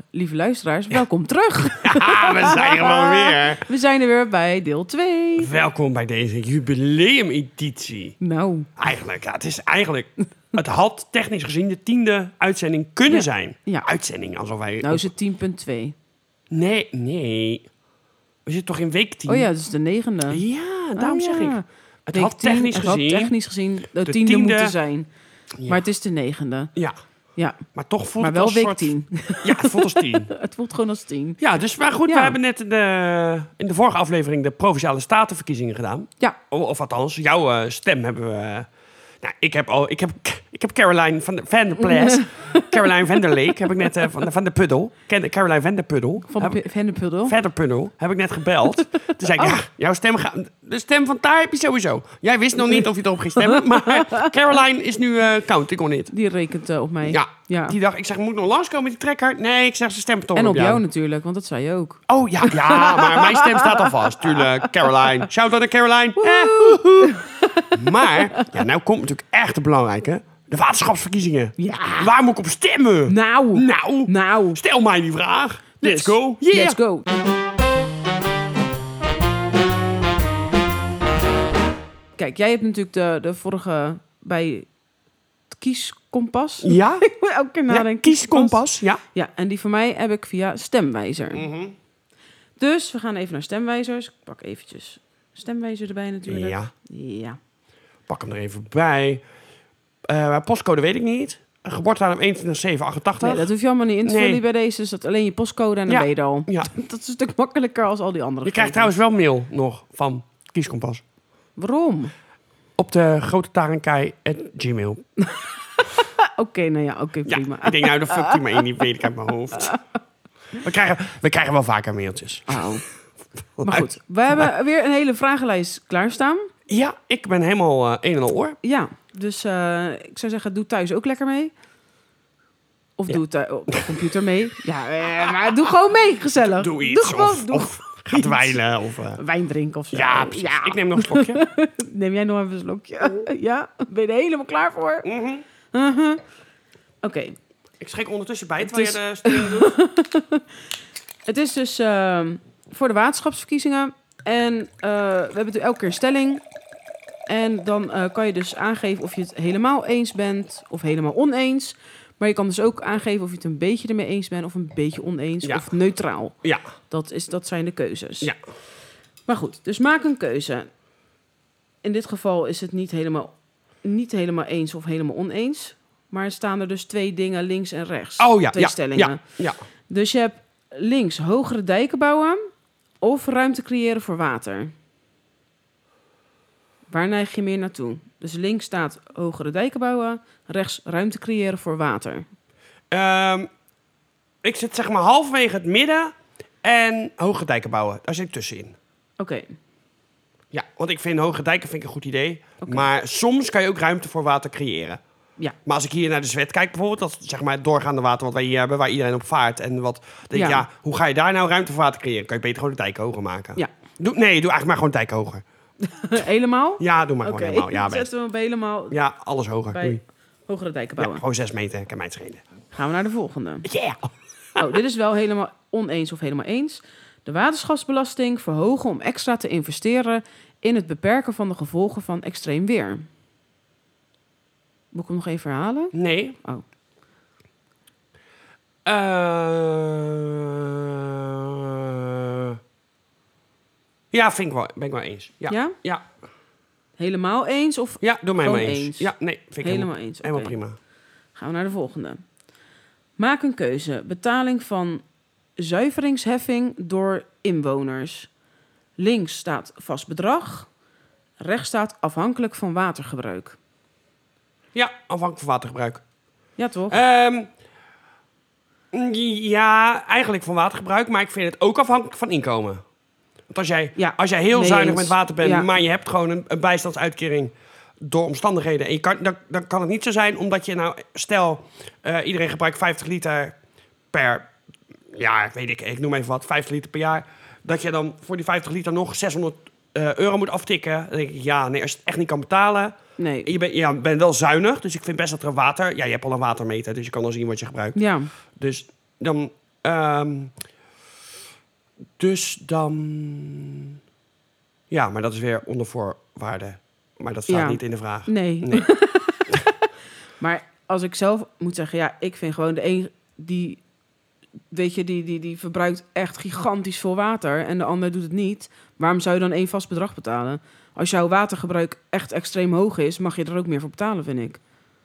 lieve luisteraars, welkom terug. Ja, we zijn er gewoon weer. We zijn er weer bij deel 2. Welkom bij deze jubileumeditie. Nou. Eigenlijk, ja, het is eigenlijk... Het had technisch gezien de 10e uitzending kunnen zijn. Ja. Uitzending, alsof wij... Nou is het 10.2. Nee. We zitten toch in week 10? Oh ja, dat is de 9e. Ja, daarom zeg ik. Het Week had 10, technisch het gezien... had technisch gezien de 10e tiende moeten zijn. Ja. Maar het is de 9e. Ja, Ja, maar toch voelt maar het wel als week soort... 10. Ja, het voelt als 10. Het voelt gewoon als 10. Ja, dus maar goed, Ja. we hebben net in de vorige aflevering de Provinciale Statenverkiezingen gedaan. Ja. Of althans, jouw stem hebben we... Nou, ik heb Caroline van der Plas, Caroline van der Leek, heb ik net van de Puddel. Caroline van der Puddel. Van de Puddel. Verder Puddel, heb ik net gebeld. Toen zei ik, ja, jouw stem de stem van daar heb je sowieso. Jij wist nog niet of je erop ging stemmen, maar Caroline is nu counting on it. Die rekent op mij. Ja, die dacht, ik zeg, moet ik nog langskomen met die trekker? Nee, ik zeg, ze stemt toch En op jou. jou natuurlijk, want dat zei je ook. Oh ja, maar mijn stem staat al vast, tuurlijk. Caroline. Shout-out naar Caroline. Maar, ja, nou komt natuurlijk echt het belangrijke. De waterschapsverkiezingen. Ja. Waar moet ik op stemmen? Nou. Stel mij die vraag. Let's go. Yeah. Let's go. Kijk, jij hebt natuurlijk de vorige bij het kieskompas. Ja? Ik moet elke keer nadenken. Ja, kieskompas. Ja. Ja, en die van mij heb ik via stemwijzer. Dus we gaan even naar stemwijzers. Ik pak eventjes stemwijzer erbij natuurlijk. Ja. Pak hem er even bij. Postcode weet ik niet. Geboortedatum 21/7/88. Nee, dat hoef je allemaal niet in te vullen bij deze. Dus dat alleen je postcode en dan ben je er al. Ja. Dat is een stuk makkelijker als al die andere. Je krijgt trouwens wel mail nog van Kieskompas. Waarom? Op de grote tarenkai@gmail. Oké, prima. Ja, ik denk, nou, de fuck die maar in, die weet ik uit mijn hoofd. We krijgen wel vaker mailtjes. Oh. Maar goed, we hebben weer een hele vragenlijst klaarstaan. Ja, ik ben helemaal een en al oor. Ja, dus ik zou zeggen, doe thuis ook lekker mee. Of doe het op de computer mee. Ja, maar doe gewoon mee, gezellig. Doe iets. Of gaat iets. Wijlen. Of, wijn drinken of zo. Ja, precies. Ja. Ik neem nog een slokje. Neem jij nog even een slokje? Ja, ben je er helemaal klaar voor? Oké. Ik schrik ondertussen bij terwijl je de sturing doet. Het is dus voor de waterschapsverkiezingen. En we hebben natuurlijk elke keer een stelling. En dan kan je dus aangeven of je het helemaal eens bent of helemaal oneens. Maar je kan dus ook aangeven of je het een beetje ermee eens bent of een beetje oneens of neutraal. Ja. Dat zijn de keuzes. Ja. Maar goed, dus maak een keuze. In dit geval is het niet helemaal eens of helemaal oneens. Maar er staan er dus 2 dingen links en rechts. Oh ja, 2 stellingen. Ja. Dus je hebt links hogere dijken bouwen of ruimte creëren voor water. Waar neig je meer naartoe? Dus links staat hogere dijken bouwen, rechts ruimte creëren voor water. Ik zit zeg maar halverwege het midden en hogere dijken bouwen. Daar zit ik tussenin. Oké. Ja, want ik vind hogere dijken een goed idee. Okay. Maar soms kan je ook ruimte voor water creëren. Ja. Maar als ik hier naar de Zwet kijk bijvoorbeeld, dat is zeg maar het doorgaande water wat wij hier hebben, waar iedereen op vaart. En wat denk ik, hoe ga je daar nou ruimte voor water creëren? Kan je beter gewoon de dijken hoger maken? Ja. Doe eigenlijk maar gewoon de dijken hoger. Helemaal? Ja, doe maar gewoon helemaal. Ja, zetten we hem helemaal. Ja, alles hoger. Bij hogere dijken bouwen. Ja, gewoon 6 meter, kan mij het schelen. Gaan we naar de volgende. Yeah. Oh, dit is wel helemaal oneens of helemaal eens. De waterschapsbelasting verhogen om extra te investeren in het beperken van de gevolgen van extreem weer. Moet ik hem nog even herhalen? Nee. Oh. Ja, ben ik wel eens. Ja? Ja. Helemaal eens of ja, doe mij maar eens. eens. Ja, nee, vind ik helemaal eens. Helemaal prima. Gaan we naar de volgende. Maak een keuze. Betaling van zuiveringsheffing door inwoners. Links staat vast bedrag. Rechts staat afhankelijk van watergebruik. Ja, afhankelijk van watergebruik. Ja, toch? Ja, eigenlijk van watergebruik, maar ik vind het ook afhankelijk van inkomen. Want als jij heel zuinig met water bent, maar je hebt gewoon een bijstandsuitkering door omstandigheden. En dan kan het niet zo zijn, omdat je nou, stel, iedereen gebruikt 50 liter per, ik noem even wat, 50 liter per jaar. Dat je dan voor die 50 liter nog 600 euro moet aftikken. Dan denk ik, als je het echt niet kan betalen. Nee. Je bent wel zuinig, dus ik vind best dat er water... Ja, je hebt al een watermeter, dus je kan al zien wat je gebruikt. Ja. Dus dan Dus dan... Ja, maar dat is weer onder voorwaarden. Maar dat staat niet in de vraag. Nee. Maar als ik zelf moet zeggen... ik vind gewoon de een die... Weet je, die verbruikt echt gigantisch veel water... en de ander doet het niet. Waarom zou je dan één vast bedrag betalen? Als jouw watergebruik echt extreem hoog is... mag je er ook meer voor betalen, vind ik.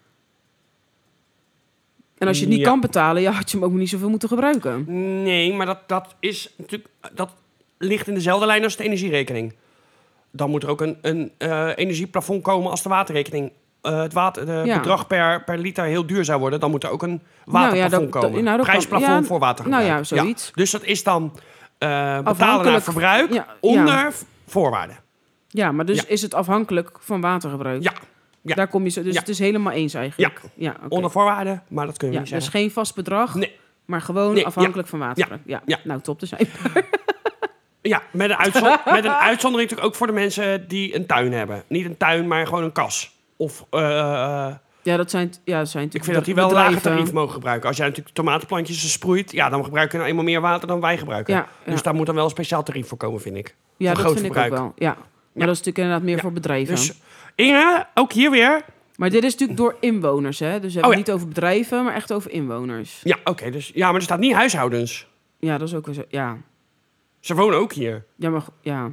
En als je het niet kan betalen... had je hem ook niet zoveel moeten gebruiken. Nee, maar dat is natuurlijk... Dat ligt in dezelfde lijn als de energierekening. Dan moet er ook een energieplafond komen als de waterrekening... het bedrag per liter heel duur zou worden... dan moet er ook een waterplafond komen. Prijsplafond voor watergebruik. Nou ja, zoiets. Ja. Dus dat is dan betalen naar verbruik onder voorwaarden. Ja, maar dus is het afhankelijk van watergebruik? Ja. Daar kom je zo. Dus het is helemaal eens eigenlijk? Ja, okay. Onder voorwaarden, maar dat kunnen we niet zeggen. Dus geen vast bedrag, maar gewoon afhankelijk van watergebruik. Ja. Nou, top, te zijn. Ja, met een uitzondering natuurlijk ook voor de mensen die een tuin hebben. Niet een tuin, maar gewoon een kas. Of... dat zijn natuurlijk ik vind dat die wel een lager tarief mogen gebruiken. Als jij natuurlijk tomatenplantjes sproeit... dan gebruiken we nou eenmaal meer water dan wij gebruiken. Dus daar moet dan wel een speciaal tarief voor komen, vind ik. Ja, dat vind ik ook wel. Ja. Maar dat is natuurlijk inderdaad meer voor bedrijven. Dus Inge, ook hier weer... Maar dit is natuurlijk door inwoners, hè? Dus we hebben het niet over bedrijven, maar echt over inwoners. Ja, oké. Dus, maar er staat niet huishoudens. Ja, dat is ook weer zo. Ja. Ze wonen ook hier. Ja, maar... Ja.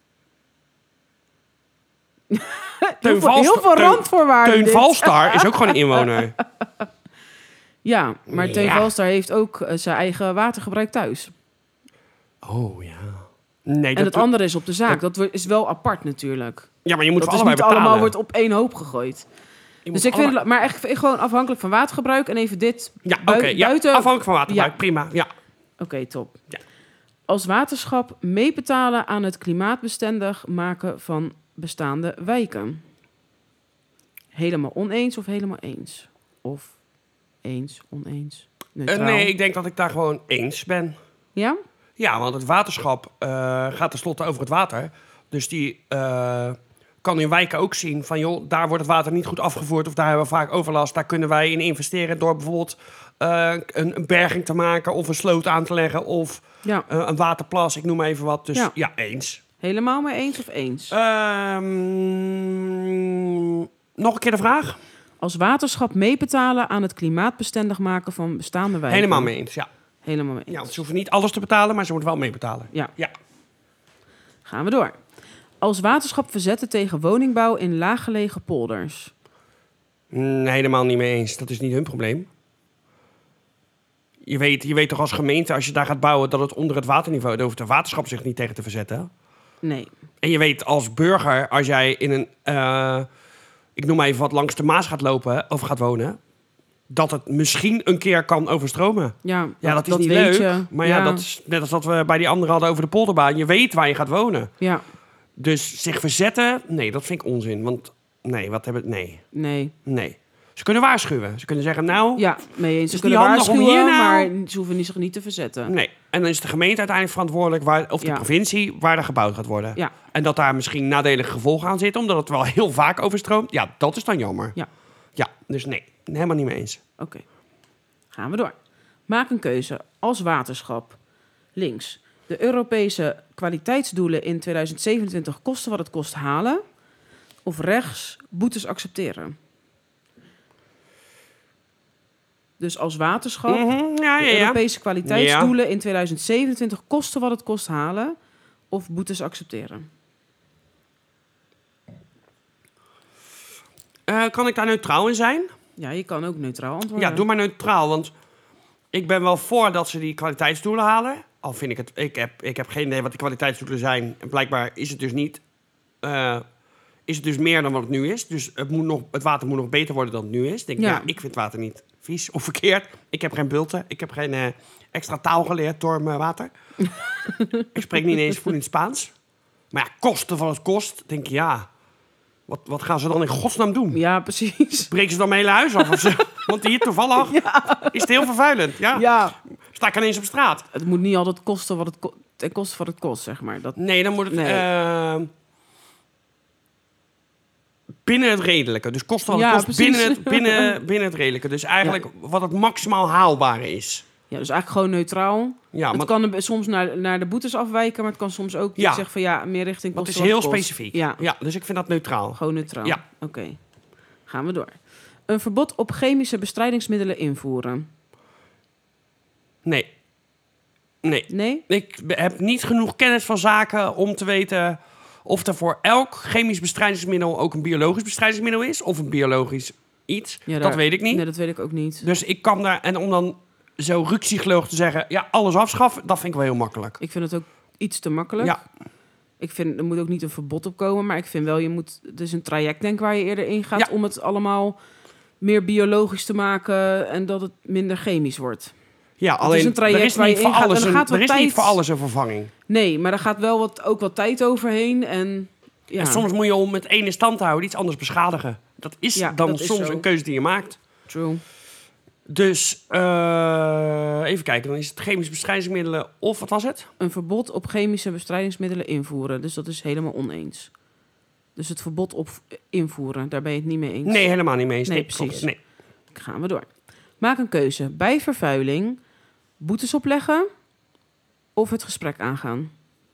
Heel veel randvoorwaarden. Teun Valstar is ook gewoon een inwoner. Ja, maar Teun Valstar heeft ook zijn eigen watergebruik thuis. Oh, ja. Nee, en het andere is op de zaak. Dat is wel apart natuurlijk. Ja, maar je moet dat allebei betalen. Allemaal wordt op één hoop gegooid. Dus ik vind het... Maar echt gewoon afhankelijk van watergebruik. En even dit... Ja, buiten... afhankelijk van watergebruik. Prima, ja. Oké, top. Ja. Als waterschap meebetalen aan het klimaatbestendig maken van bestaande wijken. Helemaal oneens of helemaal eens? Of eens, oneens, neutraal? Nee, ik denk dat ik daar gewoon eens ben. Ja? Ja, want het waterschap gaat tenslotte over het water. Dus die kan in wijken ook zien van... joh, daar wordt het water niet goed afgevoerd... of daar hebben we vaak overlast. Daar kunnen wij in investeren door bijvoorbeeld... een berging te maken of een sloot aan te leggen... of een waterplas, ik noem even wat. Dus ja eens. Helemaal mee eens of eens? Nog een keer de vraag? Als waterschap meebetalen aan het klimaatbestendig maken van bestaande wijken. Helemaal mee eens, ja. Helemaal mee eens. Ja, want ze hoeven niet alles te betalen, maar ze moeten wel meebetalen. Ja. Gaan we door. Als waterschap verzetten tegen woningbouw in laaggelegen polders. Helemaal niet mee eens. Dat is niet hun probleem. Je weet toch als gemeente, als je daar gaat bouwen... dat het onder het waterniveau... daar hoeft de waterschap zich niet tegen te verzetten. Nee. En je weet als burger, als jij in een... ik noem maar even wat, langs de Maas gaat lopen of gaat wonen... dat het misschien een keer kan overstromen. Ja, dat is niet leuk. Maar dat is net als dat we bij die anderen hadden over de polderbaan. Je weet waar je gaat wonen. Ja. Dus zich verzetten, nee, dat vind ik onzin. Want nee. Ze kunnen waarschuwen. Ze kunnen zeggen, nou... Ja, mee eens. Ze kunnen waarschuwen, maar ze hoeven zich niet te verzetten. Nee. En dan is de gemeente uiteindelijk verantwoordelijk... of de provincie, waar er gebouwd gaat worden. Ja. En dat daar misschien nadelige gevolgen aan zitten... omdat het wel heel vaak overstroomt. Ja, dat is dan jammer. Ja, dus nee. Helemaal niet mee eens. Oké. Gaan we door. Maak een keuze als waterschap. Links. De Europese kwaliteitsdoelen in 2027 kosten wat het kost halen. Of rechts. Boetes accepteren. Dus als waterschap, de Europese kwaliteitsdoelen in 2027 kosten wat het kost halen... of boetes accepteren? Kan ik daar neutraal in zijn? Ja, je kan ook neutraal antwoorden. Ja, doe maar neutraal, want ik ben wel voor dat ze die kwaliteitsdoelen halen. Al vind ik het... Ik heb geen idee wat die kwaliteitsdoelen zijn. En blijkbaar is het dus niet... is het dus meer dan wat het nu is. Dus het water moet nog beter worden dan het nu is. Ik vind het water niet vies of verkeerd. Ik heb geen bulten. Ik heb geen extra taal geleerd door mijn water. Ik spreek niet eens vloeiend Spaans. Maar ja, kosten van het kost. Denk je, wat gaan ze dan in godsnaam doen? Ja, precies. Breken ze dan mijn hele huis af? Want hier toevallig is het heel vervuilend. Ja. Sta ik ineens op straat. Het moet niet altijd kosten wat het kost wat het kost, zeg maar. Nee, dan moet het... binnen het redelijke. Dus kosten wat het kost binnen het redelijke. Dus eigenlijk wat het maximaal haalbare is. Ja, dus eigenlijk gewoon neutraal. Ja, het kan soms naar de boetes afwijken, maar het kan soms ook zeggen van meer richting kosten. Het is heel specifiek. Ja, dus ik vind dat neutraal. Gewoon neutraal. Ja. Oké. Gaan we door. Een verbod op chemische bestrijdingsmiddelen invoeren. Nee. Ik heb niet genoeg kennis van zaken om te weten of er voor elk chemisch bestrijdingsmiddel ook een biologisch bestrijdingsmiddel is. Of een biologisch iets. Ja, dat weet ik niet. Nee, dat weet ik ook niet. Dus ik kan daar... En om dan zo ruksigloog te zeggen... Ja, alles afschaffen, dat vind ik wel heel makkelijk. Ik vind het ook iets te makkelijk. Ja. Ik vind, er moet ook niet een verbod op komen. Maar ik vind wel, het is een traject denk waar je eerder in gaat... om het allemaal meer biologisch te maken... en dat het minder chemisch wordt. Ja, alleen is een traject er is, niet voor, alles niet voor alles een vervanging. Nee, maar er gaat wel ook wat tijd overheen. En soms moet je om het ene stand te houden iets anders beschadigen. Dat is dan soms een keuze die je maakt. True. Dus even kijken, dan is het chemische bestrijdingsmiddelen of wat was het? Een verbod op chemische bestrijdingsmiddelen invoeren. Dus dat is helemaal oneens. Dus het verbod op invoeren, daar ben je het niet mee eens? Nee, helemaal niet mee eens. Nee, precies. Nee. Gaan we door. Maak een keuze. Bij vervuiling boetes opleggen of het gesprek aangaan?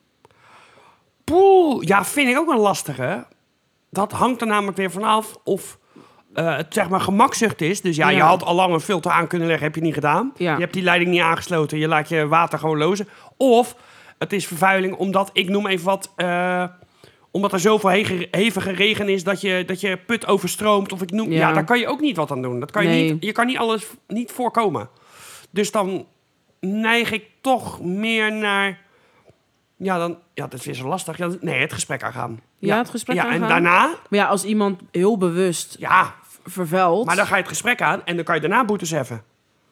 Poeh, ja, vind ik ook een lastige. Dat hangt er namelijk weer vanaf of het zeg maar gemakzucht is. Dus je had al lang een filter aan kunnen leggen, heb je niet gedaan. Ja. Je hebt die leiding niet aangesloten, je laat je water gewoon lozen. Of het is vervuiling omdat, ik noem even wat... omdat er zoveel hevige regen is dat je put overstroomt. Of daar kan je ook niet wat aan doen. Dat kan je kan niet alles niet voorkomen. Dus dan neig ik toch meer naar... dat is weer zo lastig. Het gesprek aangaan. Ja, het gesprek aangaan. En daarna... Maar als iemand heel bewust vervuilt... Maar dan ga je het gesprek aan en dan kan je daarna boetes heffen.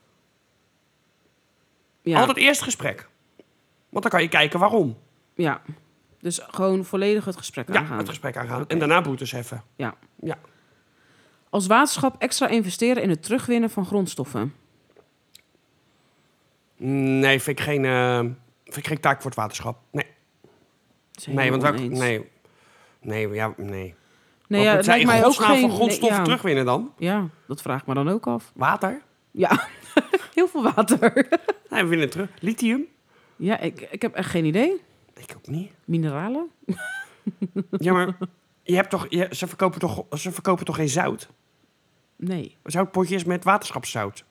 Ja. Altijd eerst gesprek. Want dan kan je kijken waarom. Ja. Dus gewoon volledig het gesprek aangaan. Ja, het gesprek aangaan. Okay. En daarna boetes heffen. Ja. Als waterschap extra investeren in het terugwinnen van grondstoffen? Nee, vind ik geen taak voor het waterschap. Nee, want nee. Nee, het lijkt mij ook geen... van grondstoffen terugwinnen dan? Ja, dat vraag ik me dan ook af. Water? Ja, heel veel water. Nee, we winnen het terug. Lithium? Ja, ik heb echt geen idee. Ik ook niet. Mineralen? Ja, maar je hebt toch, ze verkopen toch geen zout? Nee. Zoutpotjes met waterschapszout.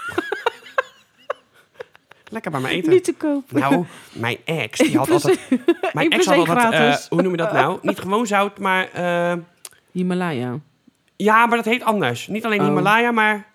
Lekker bij me eten. Niet te kopen. Nou, mijn ex, die had altijd... Mijn ex had altijd, hoe noem je dat nou? Niet gewoon zout, maar... Himalaya. Ja, maar dat heet anders. Niet alleen Himalaya, maar...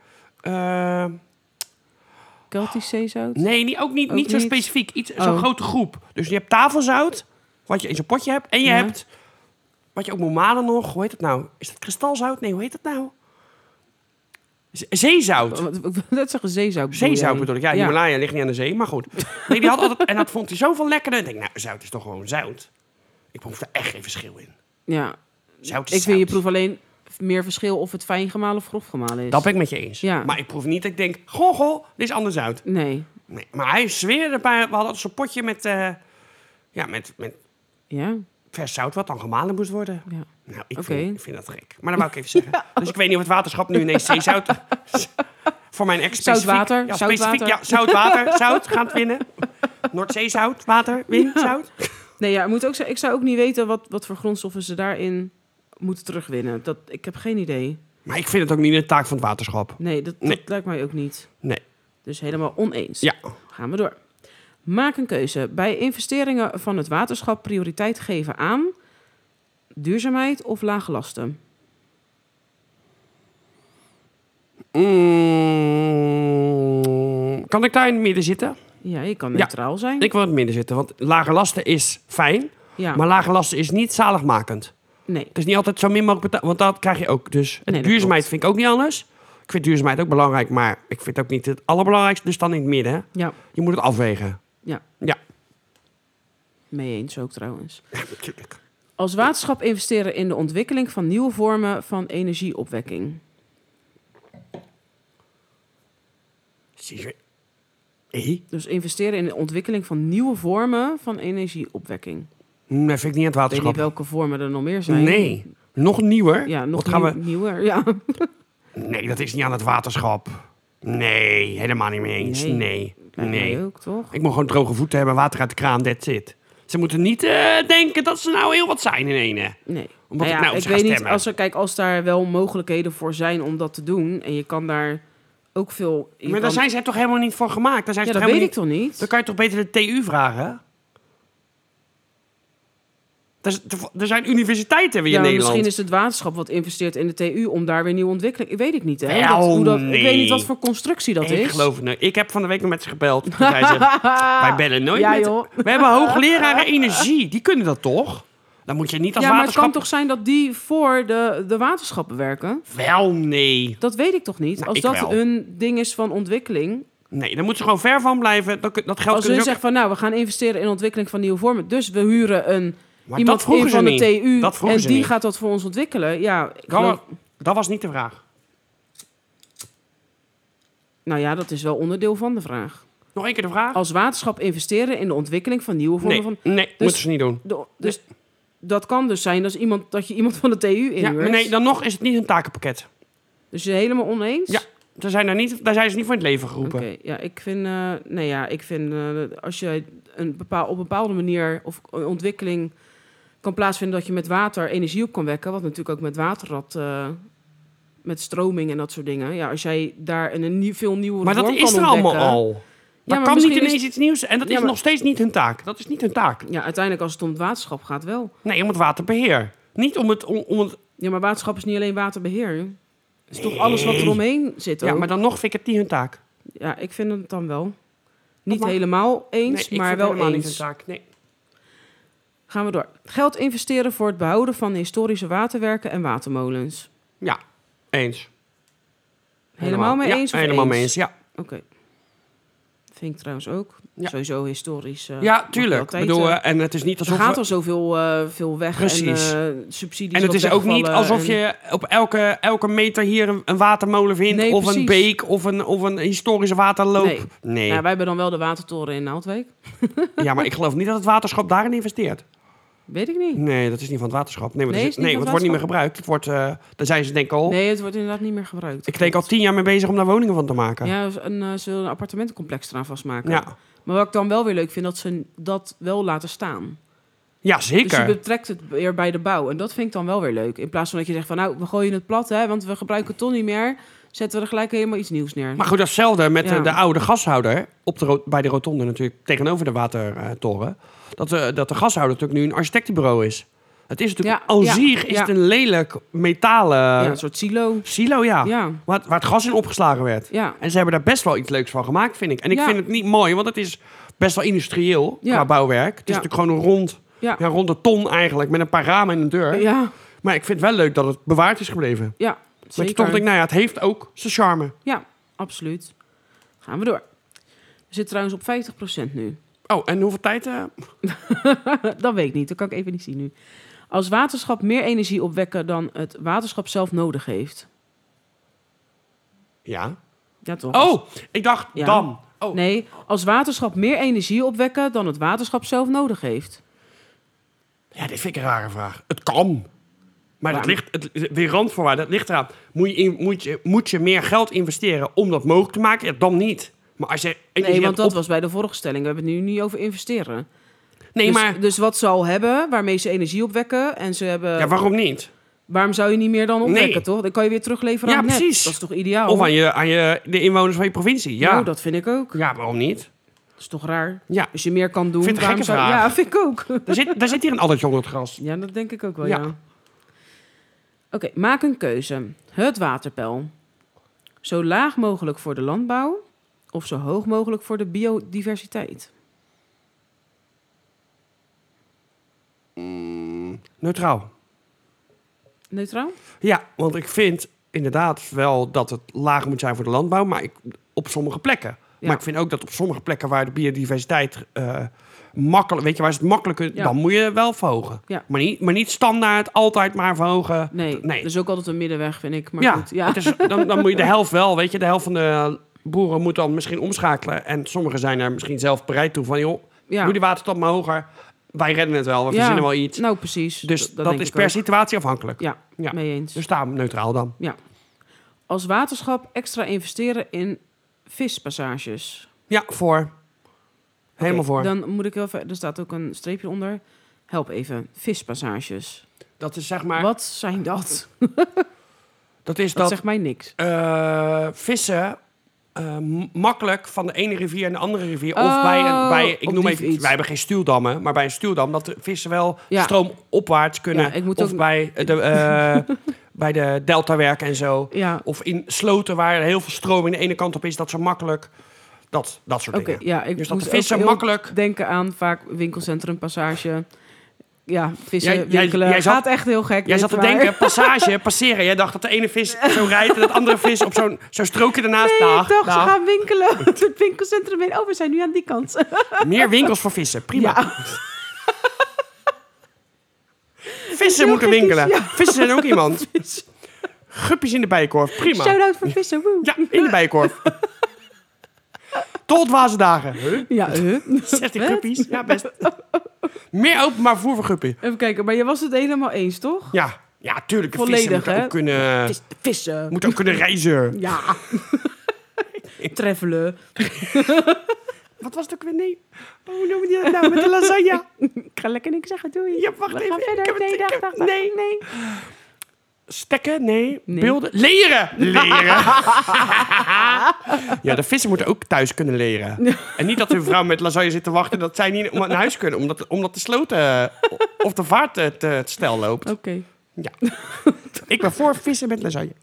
Keltisch zeezout? Nee, ook niet zo specifiek. Zo'n grote groep. Dus je hebt tafelzout, wat je in zo'n potje hebt. En je hebt, wat je ook moet malen nog. Hoe heet het nou? Is dat kristalzout? Nee, hoe heet het nou? Zeezout. Ik wil net zeggen zeezout. Zeezout bedoel ik. Ja, Himalaya ligt niet aan de zee, maar goed. Nee, die had altijd... En dat vond hij zoveel lekkerder. Ik denk, zout is toch gewoon zout? Ik proef er echt geen verschil in. Ja. Zout is ik vind je proef alleen meer verschil of het fijn gemalen of grof gemalen is. Dat ben ik met je eens. Ja. Maar ik proef niet dat ik denk, goh, dit is anders zout. Nee. Maar hij zweerde erbij. We hadden zo'n potje met vers zout wat dan gemalen moest worden. Ja. Nou, ik vind dat gek. Maar dat wou ik even zeggen. Ja. Dus ik weet niet of het waterschap nu ineens zeezout... voor mijn ex specifiek... Zoutwater. Ja, specifiek. Ja, zoutwater. Zout gaat winnen. Noordzeezout, water, wind, zout. Nee, ja, ik zou ook niet weten wat voor grondstoffen ze daarin moeten terugwinnen. Ik heb geen idee. Maar ik vind het ook niet de taak van het waterschap. Nee, dat lijkt mij ook niet. Nee. Dus helemaal oneens. Ja. Gaan we door. Maak een keuze. Bij investeringen van het waterschap prioriteit geven aan duurzaamheid of lage lasten? Kan ik daar in het midden zitten? Ja, je kan neutraal zijn. Ik wil in het midden zitten, want lage lasten is fijn. Ja. Maar lage lasten is niet zaligmakend. Nee. Het is niet altijd zo min mogelijk betalen, want dat krijg je ook. Dus duurzaamheid vind ik ook niet anders. Ik vind duurzaamheid ook belangrijk, maar ik vind het ook niet het allerbelangrijkste. Dus dan in het midden. Hè? Ja. Je moet het afwegen. Ja. Mee eens ook trouwens. Ja, natuurlijk. Als waterschap investeren in de ontwikkeling van nieuwe vormen van energieopwekking. Dus investeren in de ontwikkeling van nieuwe vormen van energieopwekking. Dat vind ik niet aan het waterschap. Ik weet niet welke vormen er nog meer zijn. Nee, nog nieuwer. Ja, nog nieuwer, ja. Nee, dat is niet aan het waterschap. Nee, helemaal niet mee eens. Nee. Ook, toch? Ik moet gewoon droge voeten hebben, water uit de kraan, that's it. Ze moeten niet denken dat ze nou heel wat zijn in ene. Nee. Omdat ik weet niet, als daar wel mogelijkheden voor zijn om dat te doen... en je kan daar ook veel... Maar daar zijn zij toch helemaal niet voor gemaakt? Daar zijn ze dat weet ik toch niet? Dan kan je toch beter de TU vragen? Er zijn universiteiten weer in Nederland. Misschien is het waterschap wat investeert in de TU... om daar weer nieuwe ontwikkeling... Ik weet het niet, hè? Nee. Ik weet niet wat voor constructie dat is. Ik geloof het niet. Ik heb van de week nog met ze gebeld. Toen zei ze, wij bellen nooit met... Joh. We hebben hoogleraren energie. Die kunnen dat toch? Dan moet je niet als waterschap... maar het kan toch zijn dat die voor de waterschappen werken? Wel, nee. Dat weet ik toch niet? Nou, als dat een ding is van ontwikkeling... Nee, daar moeten ze gewoon ver van blijven. Dat geld als ze zeggen van, we gaan investeren in ontwikkeling van nieuwe vormen... dus we huren maar iemand van de TU en die niet. gaat dat voor ons ontwikkelen. Ja, dat was niet de vraag. Nou ja, dat is wel onderdeel van de vraag. Nog één keer de vraag? Als waterschap investeren in de ontwikkeling van nieuwe vormen Nee, moeten ze niet doen. Dat kan dus zijn dat je iemand van de TU inhuurt. Ja, maar nee, dan nog is het niet een takenpakket. Dus je helemaal oneens? Ja, daar zijn ze niet voor in het leven geroepen. Oké, ja, ik vind als je op een bepaalde manier of een ontwikkeling kan plaatsvinden dat je met water energie op kan wekken, wat natuurlijk ook met waterrad, met stroming en dat soort dingen. Ja, als jij daar een veel nieuwe maar vorm dat is kan er ontdekken, allemaal al. Dat kan niet ineens iets nieuws en dat is nog steeds niet hun taak. Dat is niet hun taak. Ja, uiteindelijk als het om het waterschap gaat wel. Nee, om het waterbeheer. Niet om het... Ja, maar waterschap is niet alleen waterbeheer. Het is toch alles wat er omheen zit ook. Ja, maar dan nog vind ik het niet hun taak. Ja, ik vind het dan wel. Niet helemaal eens, maar wel eens. Niet hun taak. Nee. Gaan we door. Geld investeren voor het behouden van historische waterwerken en watermolens. Ja, eens. Helemaal mee eens? Ja, helemaal mee eens, ja. Oké. Vind ik trouwens ook. Ja. Sowieso historisch. Ja, tuurlijk. En het is niet alsof er gaat al zoveel veel weg. Precies. En subsidies. En het is ook niet alsof je op elke meter hier een watermolen vindt. Nee, of precies. Een beek of een historische waterloop. Nee. Ja, wij hebben dan wel de watertoren in Naaldwijk. Ja, maar ik geloof niet dat het waterschap daarin investeert. Weet ik niet. Nee, dat is niet van het waterschap. Nee, want het wordt niet meer gebruikt. Het wordt, daar zijn ze denk ik al... Nee, het wordt inderdaad niet meer gebruikt. Ik denk al 10 jaar mee bezig om daar woningen van te maken. Ja, ze willen een appartementencomplex eraan vastmaken. Ja. Maar wat ik dan wel weer leuk vind, dat ze dat wel laten staan. Ja, zeker. Dus je betrekt het weer bij de bouw. En dat vind ik dan wel weer leuk. In plaats van dat je zegt van, we gooien het plat, hè, want we gebruiken het toch niet meer. Zetten we er gelijk helemaal iets nieuws neer. Maar goed, datzelfde met de oude gashouder. Bij de rotonde natuurlijk, tegenover de watertoren. Dat de gashouder natuurlijk nu een architectenbureau is. Het is natuurlijk is het een lelijk metalen... Ja, een soort silo. Silo, ja. Waar het gas in opgeslagen werd. Ja. En ze hebben daar best wel iets leuks van gemaakt, vind ik. En ik vind het niet mooi, want het is best wel industrieel qua bouwwerk. Het is natuurlijk gewoon een ronde ton eigenlijk, met een paar ramen en een deur. Ja. Maar ik vind het wel leuk dat het bewaard is gebleven. Ja, zeker. Dat je toch denkt, het heeft ook zijn charme. Ja, absoluut. Gaan we door. We zitten trouwens op 50% nu. Oh, en hoeveel tijd? Dat weet ik niet, dat kan ik even niet zien nu. Als waterschap meer energie opwekken dan het waterschap zelf nodig heeft. Ja. Ja, toch? Oh, ik dacht dan. Oh. Nee, als waterschap meer energie opwekken dan het waterschap zelf nodig heeft. Ja, dit vind ik een rare vraag. Het kan. Maar dat ligt, weer randvoorwaarden, dat ligt eraan. Moet je meer geld investeren om dat mogelijk te maken? Ja, dan niet. Maar als je want dat was bij de vorige stelling. We hebben het nu niet over investeren. Nee, dus wat ze al hebben, waarmee ze energie opwekken en ze hebben... Ja, waarom niet? Waarom zou je niet meer dan opwekken, toch? Dan kan je weer terugleveren aan het net. Precies. Dat is toch ideaal? Of aan de inwoners van je provincie, ja. Nou, dat vind ik ook. Ja, waarom niet? Dat is toch raar? Ja. Als je meer kan doen... Vind het Ja, vind ik ook. Daar zit hier een addertje onder het gras. Ja, dat denk ik ook wel, ja. Oké, maak een keuze. Het waterpeil. Zo laag mogelijk voor de landbouw of zo hoog mogelijk voor de biodiversiteit? Neutraal. Neutraal? Ja, want ik vind inderdaad wel dat het lager moet zijn voor de landbouw, maar op sommige plekken. Ja. Maar ik vind ook dat op sommige plekken waar de biodiversiteit makkelijk, weet je, waar ze het makkelijk dan moet je wel verhogen. Ja. Maar niet standaard altijd maar verhogen. Nee. Dus ook altijd een middenweg, vind ik. Maar goed. Ja. Het is, dan moet je de helft wel, weet je, de helft van de boeren moet dan misschien omschakelen. En sommigen zijn er misschien zelf bereid toe van, joh, doe die waterstand maar hoger. Wij redden het wel, we verzinnen wel iets. Nou, precies. Dus dat is per situatie afhankelijk. Ja, mee eens. Dus daar neutraal dan. Ja. Als waterschap extra investeren in vispassages. Ja, voor. Helemaal voor. Dan moet ik even... Er staat ook een streepje onder. Help even. Vispassages. Dat is zeg maar... Wat zijn dat? Dat zegt mij niks. Vissen makkelijk van de ene rivier naar de andere rivier. Of bij ik noem even iets. Wij hebben geen stuwdammen, maar bij een stuwdam dat de vissen wel stroomopwaarts kunnen. Ja, of bij de deltawerken en zo. Ja. Of in sloten waar er heel veel stroming de ene kant op is, dat ze makkelijk... Dat soort dingen. Ja, ik dus dat de moest vissen makkelijk... denken aan vaak winkelcentrum, passage... Ja, vissen, winkelen. Jij gaat echt heel gek. Jij zat te denken, passeren. Jij dacht dat de ene vis zo rijdt en dat andere vis op zo'n strookje ernaast. Nee, ik dacht, ze gaan winkelen. Het winkelcentrum heen. Oh, we zijn nu aan die kant. Meer winkels voor vissen, prima. Ja. Vissen moeten winkelen. Ja. Vissen zijn ook iemand. Guppies in de bijenkorf, prima. Shout-out voor vissen, woe. Ja, in de bijenkorf. Tot dwaze dagen. Ja, Zegt die guppies. Ja, best. Meer openbaar vervoer voor guppie. Even kijken, maar je was het helemaal eens, toch? Ja, tuurlijk. Volledig, vissen moeten ook kunnen... Vissen. Moeten ook kunnen reizen. Ja. Treffelen. Wat was het ook weer? Nee. Hoe noem je dat nou? Met de lasagne. Ik ga lekker niks zeggen, doei. Ja, wacht even. Verder. Nee. Stekken? Nee. Beelden? Leren! Ja, de vissen moeten ook thuis kunnen leren. En niet dat hun vrouw met lasagne zit te wachten... dat zij niet naar huis kunnen... omdat de sloten of de vaart het stel loopt. Oké. Ja. Ik ben voor vissen met lasagne.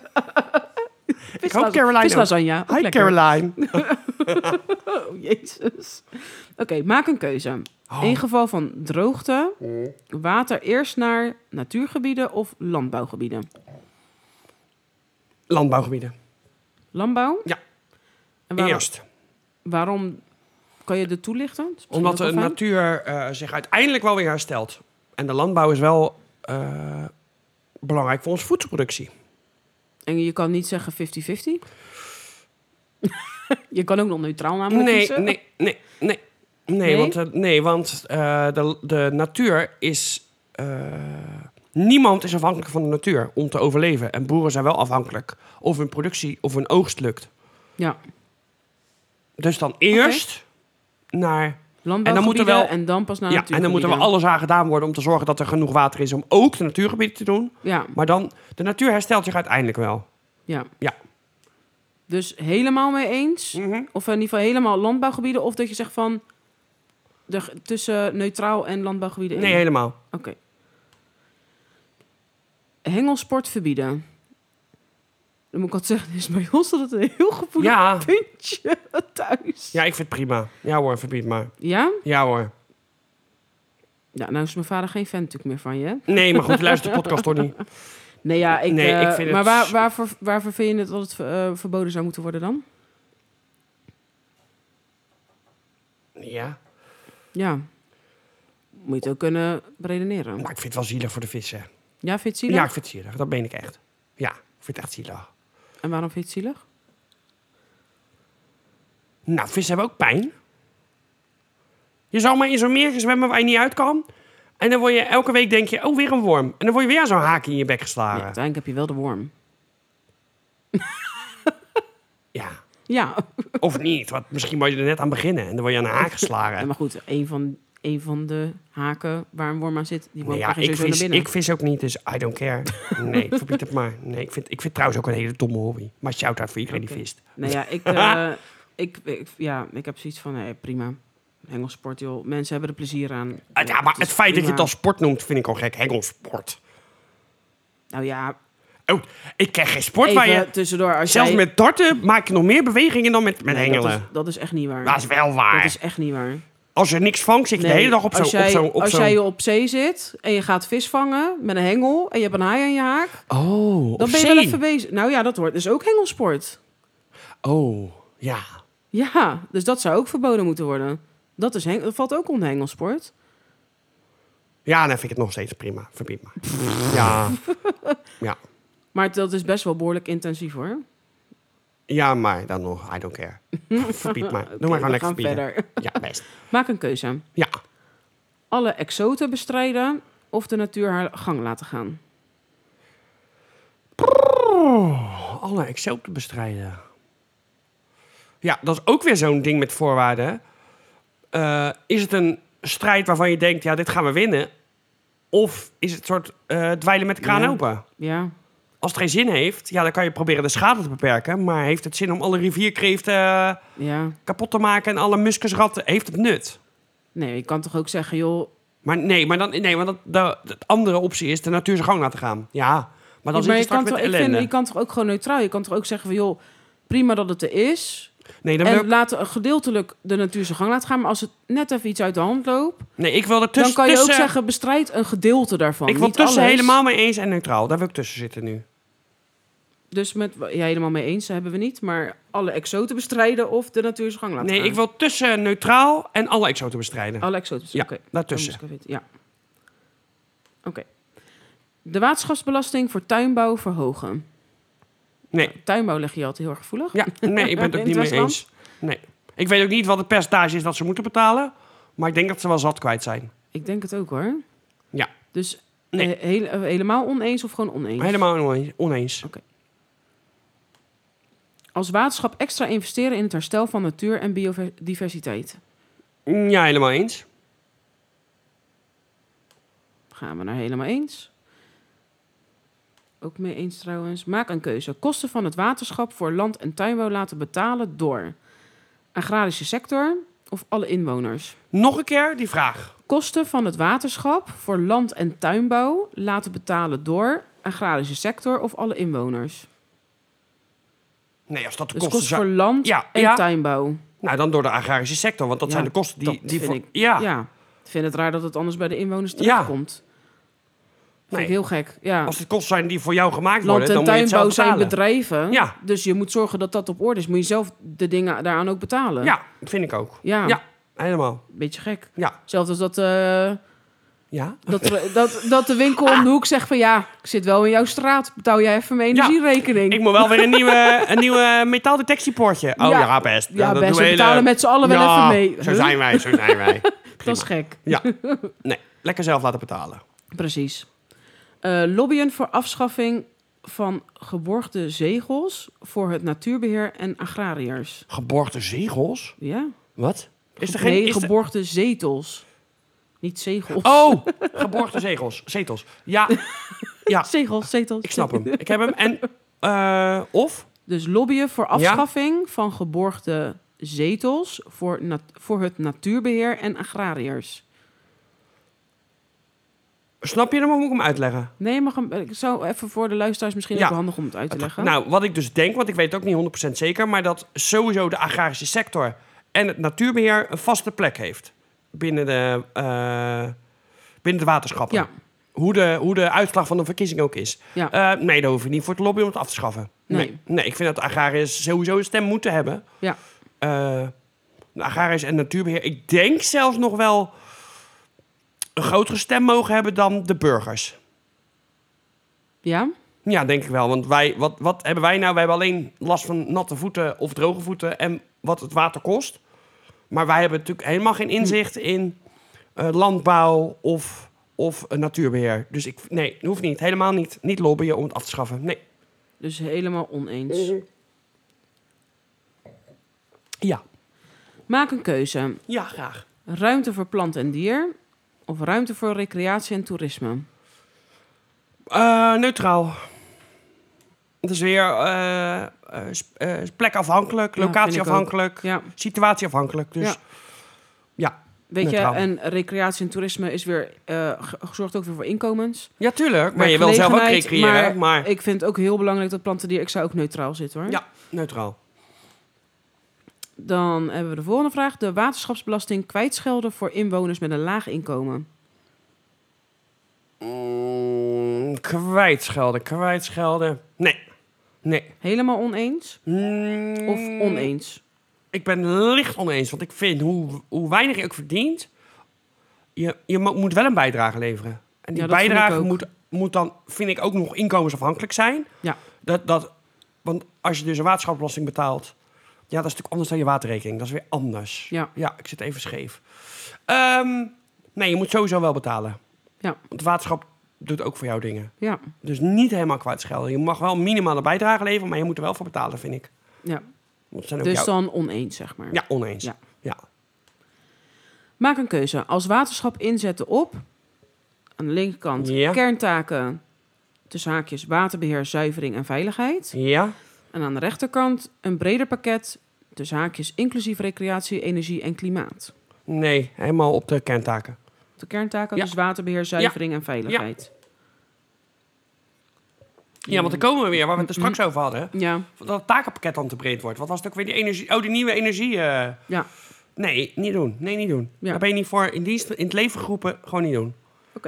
Ik hoop Caroline vislasagne. Hi, Caroline. Oh, jezus. Oké, maak een keuze. In geval van droogte, water eerst naar natuurgebieden of landbouwgebieden? Landbouwgebieden. Landbouw? Ja. En eerst. Waarom? Kan je dit toelichten? Omdat de natuur zich uiteindelijk wel weer herstelt. En de landbouw is wel belangrijk voor onze voedselproductie. En je kan niet zeggen 50-50? Je kan ook nog neutraal namelijk kiezen. Nee, want de natuur is... niemand is afhankelijk van de natuur om te overleven. En boeren zijn wel afhankelijk of hun productie of hun oogst lukt. Ja. Dus dan eerst naar... landbouwgebieden en dan pas naar natuurgebieden. En dan moeten we alles aan gedaan worden om te zorgen dat er genoeg water is om ook de natuurgebieden te doen. Ja. Maar dan, de natuur herstelt zich uiteindelijk wel. Ja. Ja. Dus helemaal mee eens? Mm-hmm. Of in ieder geval helemaal landbouwgebieden? Of dat je zegt van tussen neutraal en landbouwgebieden in? Nee, helemaal. Oké. Hengelsport verbieden. Dan moet ik wat zeggen, is bij ons dat een heel gevoelig puntje thuis. Ja, ik vind het prima. Ja hoor, verbied maar. Ja? Ja hoor. Ja, nou is mijn vader geen fan natuurlijk meer van je. Nee, maar goed, je luistert de podcast toch niet. Nee, ja, ik vind maar het... waarvoor vind je het dat het verboden zou moeten worden dan? Ja. Ja. Moet je het ook kunnen redeneren. Maar ik vind het wel zielig voor de vissen. Ja, vind je het zielig? Ja, ik vind het zielig. Dat meen ik echt. Ja, ik vind het echt zielig. En waarom vind je het zielig? Nou, vissen hebben ook pijn. Je zal maar in zo'n meer zwemmen waar je niet uit kan. En dan word je elke week denk je, oh, weer een worm. En dan word je weer zo'n haakje in je bek geslagen. Ja, uiteindelijk heb je wel de worm. Ja. Ja. Of niet, want misschien word je er net aan beginnen. En dan word je aan een haak geslagen. Ja, maar goed, een van de haken waar een worm aan zit, die worm krijg je sowieso naar binnen. Ik vis ook niet, dus I don't care. Nee, verbied het maar. Nee, ik vind het trouwens ook een hele domme hobby. Maar shout-out voor iedereen die vist. Nou ja, ik heb zoiets van, prima. Hengelsport, joh. Mensen hebben er plezier aan. Ja, maar het feit prima. Dat je het als sport noemt, vind ik al gek. Hengelsport. Nou ja... Oh, ik ken geen sport waar je... tussendoor, als zelfs met darten maak je nog meer bewegingen dan met hengelen. Dat is echt niet waar. Dat is wel waar. Dat is echt niet waar. Als je niks vangt, zit je de hele dag op zo'n... Als jij op zee zit en je gaat vis vangen met een hengel en je hebt een haai aan je haak... Oh, dan ben je wel even bezig. Nou ja, dat hoort dus ook hengelsport. Oh, ja. Ja, dus dat zou ook verboden moeten worden. Dat valt ook onder hengelsport. Ja, dan vind ik het nog steeds prima. Verbied maar. Ja. Ja. Maar dat is best wel behoorlijk intensief, hoor. Ja, maar dan nog, I don't care. Verbied maar. Doe maar gewoon lekker verbieden. Verder. Ja, best. Maak een keuze. Ja. Alle exoten bestrijden of de natuur haar gang laten gaan? Alle exoten bestrijden. Ja, dat is ook weer zo'n ding met voorwaarden. Is het een strijd waarvan je denkt, ja, dit gaan we winnen? Of is het een soort dweilen met de kraan open? Ja. Als het geen zin heeft, ja, dan kan je proberen de schade te beperken. Maar heeft het zin om alle rivierkreeften kapot te maken en alle muskusratten? Heeft het nut? Nee, je kan toch ook zeggen, joh... Want de andere optie is de natuur zijn gang laten gaan. Ja, maar dan zit je straks met ellende. Je kan toch ook gewoon neutraal... Je kan toch ook zeggen van, joh, prima dat het er is... Nee, dan en laten gedeeltelijk de natuur zijn gang laten gaan. Maar als het net even iets uit de hand loopt... Nee, ik wil er dan kan je ook zeggen, bestrijd een gedeelte daarvan. Ik wil tussen helemaal mee eens en neutraal. Daar wil ik tussen zitten nu. Dus helemaal mee eens, dat hebben we niet. Maar alle exoten bestrijden of de natuur zijn gang laten gaan. Nee, ik wil tussen neutraal en alle exoten bestrijden. Alle exoten bestrijden, ja, daartussen. Ja. Oké. De waterschapsbelasting voor tuinbouw verhogen. Nee. Nou, tuinbouw leg je altijd heel erg gevoelig. Ja, nee, ik ben het ook niet mee eens. Nee. Ik weet ook niet wat het percentage is dat ze moeten betalen. Maar ik denk dat ze wel zat kwijt zijn. Ik denk het ook hoor. Ja. Dus helemaal oneens of gewoon oneens? Helemaal oneens. Oké. Als waterschap extra investeren in het herstel van natuur en biodiversiteit? Ja, helemaal eens. Gaan we naar helemaal eens. Ook mee eens trouwens. Maak een keuze. Kosten van het waterschap voor land- en tuinbouw laten betalen door agrarische sector of alle inwoners? Nog een keer die vraag. Kosten van het waterschap voor land- en tuinbouw laten betalen door agrarische sector of alle inwoners? Nee, als dat de dus kosten zijn... voor land en tuinbouw. Nou, dan door de agrarische sector, want dat zijn de kosten die voor... Ik vind het raar dat het anders bij de inwoners terechtkomt. Vind ik heel gek. Ja. Als het kosten zijn die voor jou gemaakt worden, dan moet je het zelf betalen. Land- en tuinbouw zijn bedrijven. Ja. Dus je moet zorgen dat dat op orde is. Moet je zelf de dingen daaraan ook betalen. Ja, dat vind ik ook. Ja, helemaal. Beetje gek. Ja. Zelfs als dat... Ja? Dat de winkel om de hoek zegt van... ja, ik zit wel in jouw straat. Betaal jij even mijn energierekening. Ik moet wel weer een nieuwe metaaldetectiepoortje. Oh ja, best. Ja, best. We betalen met z'n allen wel even mee. Zo zijn wij. Dat is gek. Ja. Nee, lekker zelf laten betalen. Precies. Lobbyen voor afschaffing van geborgde zegels... voor het natuurbeheer en agrariërs. Geborgde zegels? Ja. Wat? Geborgde zetels. Niet zegels. Oh, geborgde zetels. Ja. Zetels. Ik snap hem. Ik heb hem. En, of? Dus lobbyen voor afschaffing van geborgde zetels... voor het natuurbeheer en agrariërs. Snap je hem of moet ik hem uitleggen? Nee, ik zou even voor de luisteraars misschien ook handig om het uit te leggen. Nou, wat ik dus denk, want ik weet het ook niet 100% zeker... maar dat sowieso de agrarische sector en het natuurbeheer een vaste plek heeft... binnen de waterschappen. Ja. Hoe de uitslag van de verkiezing ook is. Ja. Nee, daar hoef je niet voor te lobbyen om het af te schaffen. Nee, ik vind dat de agrariërs sowieso een stem moeten hebben. Ja. De agrariërs en natuurbeheer... Ik denk zelfs nog wel... een grotere stem mogen hebben dan de burgers. Ja? Ja, denk ik wel. Want wat hebben wij nou? Wij hebben alleen last van natte voeten of droge voeten... en wat het water kost. Maar wij hebben natuurlijk helemaal geen inzicht in landbouw of natuurbeheer. Dus nee, dat hoeft niet. Helemaal niet. Niet lobbyen om het af te schaffen. Nee. Dus helemaal oneens. Ja. Maak een keuze. Ja, graag. Ruimte voor plant en dier... of ruimte voor recreatie en toerisme? Neutraal. Het is weer plekafhankelijk, locatieafhankelijk, situatieafhankelijk. Dus ja, weet neutraal. je, en recreatie en toerisme is weer zorgt ook weer voor inkomens. Ja, tuurlijk. Maar je wil zelf ook recreëren. Maar ik vind het ook heel belangrijk dat plant en dier... Ik zou ook neutraal zitten, hoor. Ja, neutraal. Dan hebben we de volgende vraag. De waterschapsbelasting kwijtschelden voor inwoners met een laag inkomen. Kwijtschelden. Nee. Helemaal oneens? Of oneens? Ik ben licht oneens, want ik vind hoe weinig je ook verdient... Je moet wel een bijdrage leveren. En die bijdrage moet dan, vind ik, ook nog inkomensafhankelijk zijn. Ja. Want als je dus een waterschapsbelasting betaalt... Ja, dat is natuurlijk anders dan je waterrekening. Dat is weer anders. Ja, ik zit even scheef. Nee, je moet sowieso wel betalen. Ja. Want het waterschap doet ook voor jou dingen. Ja. Dus niet helemaal kwijtschelden. Je mag wel minimale bijdrage leveren, maar je moet er wel voor betalen, vind ik. Ja. Dus dan oneens, zeg maar. Ja, oneens. Ja. Maak een keuze. Als waterschap inzetten op... aan de linkerkant kerntaken... tussen haakjes waterbeheer, zuivering en veiligheid. Ja. En aan de rechterkant een breder pakket... tussen haakjes inclusief recreatie, energie en klimaat. Nee, helemaal op de kerntaken. Op de kerntaken, dus waterbeheer, zuivering en veiligheid. Ja, want dan komen we weer, waar we het er straks over hadden. Ja. Dat het takenpakket dan te breed wordt. Wat was het ook weer, die energie? Oh, die nieuwe energie. Ja. Nee, niet doen. Ja. Daar ben je niet voor in dienst, in het leven geroepen. Gewoon niet doen.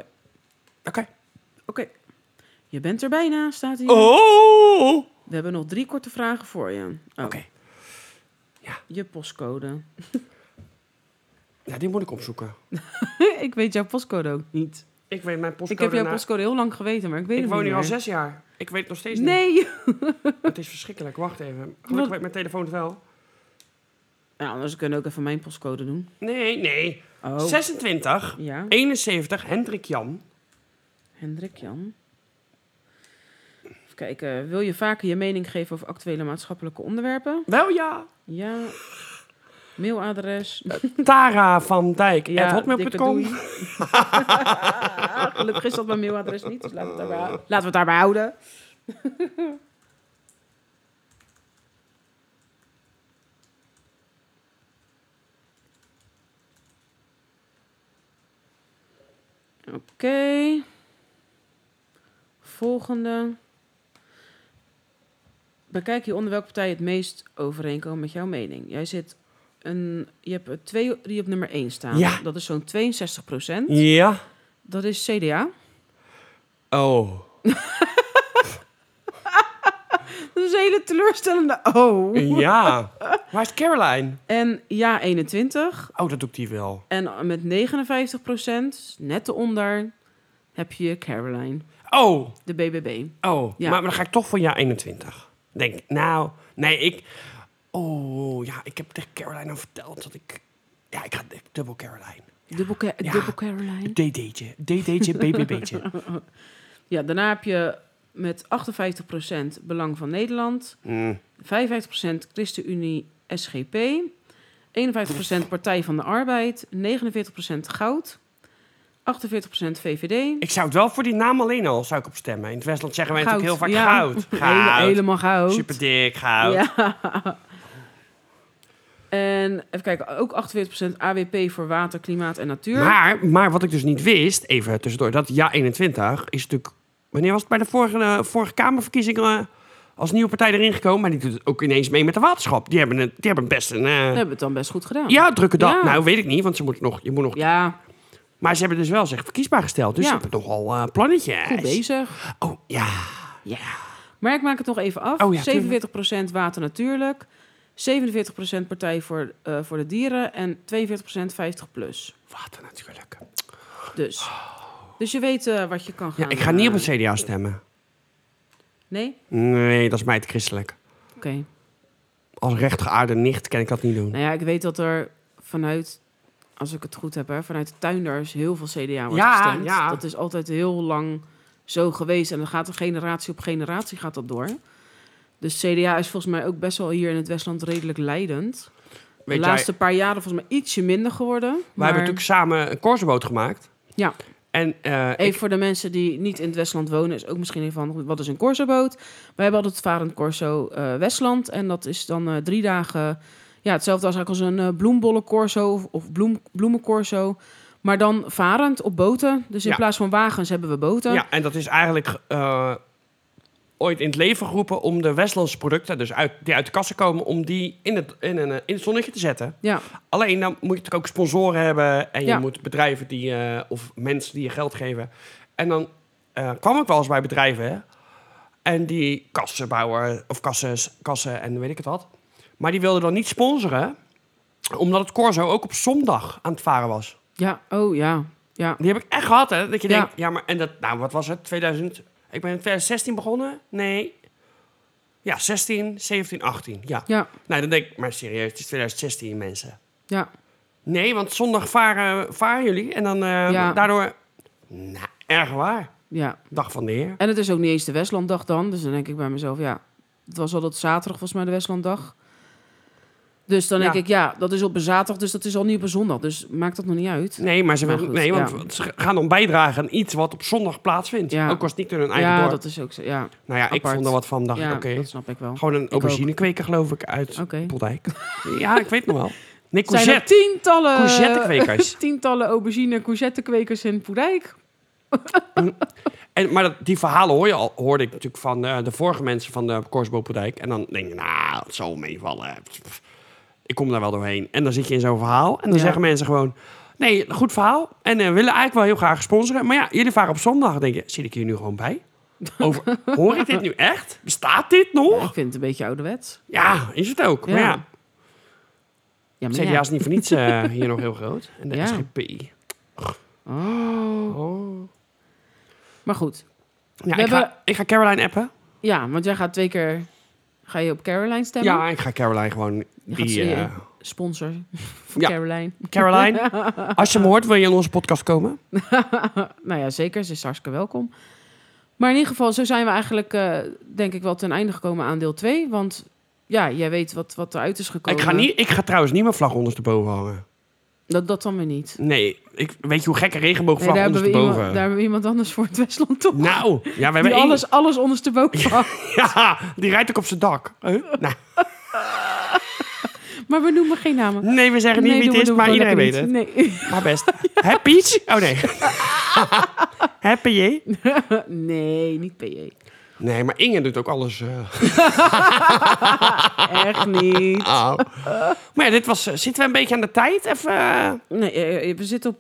Oké. Je bent er bijna, staat hier. Oh! We hebben nog 3 korte vragen voor je. Oké. Ja. Je postcode. Ja, die moet ik opzoeken. Ik weet jouw postcode ook niet. Ik weet mijn postcode. Ik heb jouw postcode heel lang geweten, maar ik weet het niet. Ik woon hier meer. al 6 jaar. Ik weet het nog steeds niet. Het is verschrikkelijk. Wacht even. Gelukkig weet mijn telefoon het wel. Ja, anders kunnen we ook even mijn postcode doen. Nee. 26, 71, Hendrik Jan. Hendrik Jan. Even kijken. Wil je vaker je mening geven over actuele maatschappelijke onderwerpen? Wel ja. Ja. Mailadres. Tara van Dijk. @hotmail.com. Gelukkig is dat mijn mailadres niet, dus laten we het daarbij houden. Oké. Volgende. Bekijk je onder welke partij het meest overeenkomt met jouw mening. Je hebt 2 die op nummer 1 staan. Ja. Dat is zo'n 62%. Ja. Dat is CDA. Oh. Dat is een hele teleurstellende Ja. Waar is Caroline? En ja, 21. Oh, dat doet die wel. En met 59%, net eronder, heb je Caroline. Oh. De BBB. Oh, maar dan ga ik toch voor ja 21. Denk, ik heb tegen Caroline al verteld dat ik... Ja, ik ga dubbel Caroline. Ja. Dubbel Caroline? DD'tje, BBB'tje. Ja, daarna heb je met 58% Belang van Nederland. 55% ChristenUnie SGP. 51% Partij van de Arbeid. 49% Goud. 48% VVD. Ik zou het wel voor die naam alleen al zou ik op stemmen. In het Westland zeggen wij natuurlijk heel vaak goud. Helemaal goud. Super dik, goud. Ja. En even kijken, ook 48% AWP voor water, klimaat en natuur. Maar wat ik dus niet wist, even tussendoor, dat ja 21 is natuurlijk... Wanneer was het bij de vorige Kamerverkiezingen als nieuwe partij erin gekomen? Maar die doet het ook ineens mee met de waterschap. Die hebben best een... hebben het dan best goed gedaan. Ja, drukke dag. Ja. Nou, weet ik niet, want je moet nog... Ja. Maar ze hebben dus wel zich verkiesbaar gesteld. Dus ze hebben nogal plannetjes. Goed bezig. Oh, ja. Maar ik maak het nog even af. 47% water natuurlijk. 47% Partij voor de Dieren. En 42% 50 plus. Water natuurlijk. Dus je weet wat je kan gaan... Ja, ik ga niet op het CDA stemmen. Nee? Nee, dat is mij te christelijk. Oké. Als rechtgeaarde nicht kan ik dat niet doen. Nou ja, ik weet dat er vanuit... Als ik het goed heb, vanuit de tuinders heel veel CDA wordt gestemd. Ja. Dat is altijd heel lang zo geweest. En dan gaat er generatie op generatie gaat dat door. Dus CDA is volgens mij ook best wel hier in het Westland redelijk leidend. De laatste paar jaren volgens mij ietsje minder geworden. Wij hebben natuurlijk samen een Corsoboot gemaakt. Ja. En, even voor de mensen die niet in het Westland wonen, is ook misschien even van wat is een Corsoboot? Wij hebben altijd varend Corso Westland. En dat is dan 3 dagen... Ja, hetzelfde als een bloembollencorso of bloemencorso. Maar dan varend op boten. Dus in plaats van wagens hebben we boten. Ja, en dat is eigenlijk ooit in het leven geroepen om de Westlandse producten, dus die uit de kassen komen, om die in het zonnetje te zetten. Ja. Alleen dan moet je natuurlijk ook sponsoren hebben en je moet bedrijven of mensen die je geld geven. En dan kwam ik wel eens bij bedrijven, hè? En die kassenbouwer of kassen en weet ik het wat. Maar die wilden dan niet sponsoren, omdat het Corso ook op zondag aan het varen was. Ja, ja. Die heb ik echt gehad, hè. Dat je denkt, maar... En dat, wat was het? Ik ben in 2016 begonnen? Nee. Ja, 16, 17, 18. Ja. Nou, dan denk ik, maar serieus, het is 2016, mensen. Ja. Nee, want zondag varen jullie. En dan daardoor... Nou, erg waar. Ja. Dag van de Heer. En het is ook niet eens de Westlanddag dan. Dus dan denk ik bij mezelf, het was altijd zaterdag volgens mij de Westlanddag. Dus dan denk ik, dat is op een zaterdag, dus dat is al niet op een zondag. Dus maakt dat nog niet uit. Nee, maar want ze gaan dan bijdragen aan iets wat op zondag plaatsvindt. Ja. Ook als het niet in hun eigen dorp. Ja, dat is ook zo. Ja, nou ja, ik vond er wat van. Dacht oké, dat snap ik wel. Gewoon een auberginekweker, geloof ik, uit Poeldijk. Ja, ik weet nog wel. Nee, courgette. Zijn er tientallen courgettekwekers. Tientallen aubergine courgettekwekers in Poeldijk. Maar die verhalen hoorde ik natuurlijk van de vorige mensen van de Korsbo Poeldijk. En dan denk je, het zal meevallen. Ik kom daar wel doorheen. En dan zit je in zo'n verhaal. En dan zeggen mensen gewoon, nee, goed verhaal. En willen eigenlijk wel heel graag sponsoren. Maar ja, jullie varen op zondag. Dan denk je, zit ik hier nu gewoon bij? Hoor ik dit nu echt? Bestaat dit nog? Ja, ik vind het een beetje ouderwets. Ja, is het ook. Ja. Maar CDA is niet voor niets hier nog heel groot. En de SGP. Oh. Maar goed. Ja, ik ga Caroline appen. Ja, want jij gaat 2 keer... Ga je op Caroline stemmen? Ja, ik ga Caroline gewoon... sponsor voor Caroline. Caroline, als je me hoort, wil je in onze podcast komen? Nou ja, zeker. Ze is hartstikke welkom. Maar in ieder geval, zo zijn we eigenlijk... denk ik wel ten einde gekomen aan deel 2. Want ja, jij weet wat eruit is gekomen. Ik ga trouwens niet mijn vlag ondersteboven hangen. Dat dan weer niet. Nee, weet je hoe gek een regenboogvlag ondersteboven? Daar hebben we iemand anders voor het Westland, toch? Nou, ja, we hebben alles ondersteboven hangt. Ja, die rijdt ook op zijn dak. Nou. Maar we noemen geen namen. Nee, we zeggen niet wie het is, maar iedereen weet het. Nee. Maar best. Hè, Peach? Oh, nee. Hè, PJ? Nee, niet PJ. Nee, maar Inge doet ook alles. Echt niet. Oh. Maar ja, zitten we een beetje aan de tijd? Even. Nee, we zitten op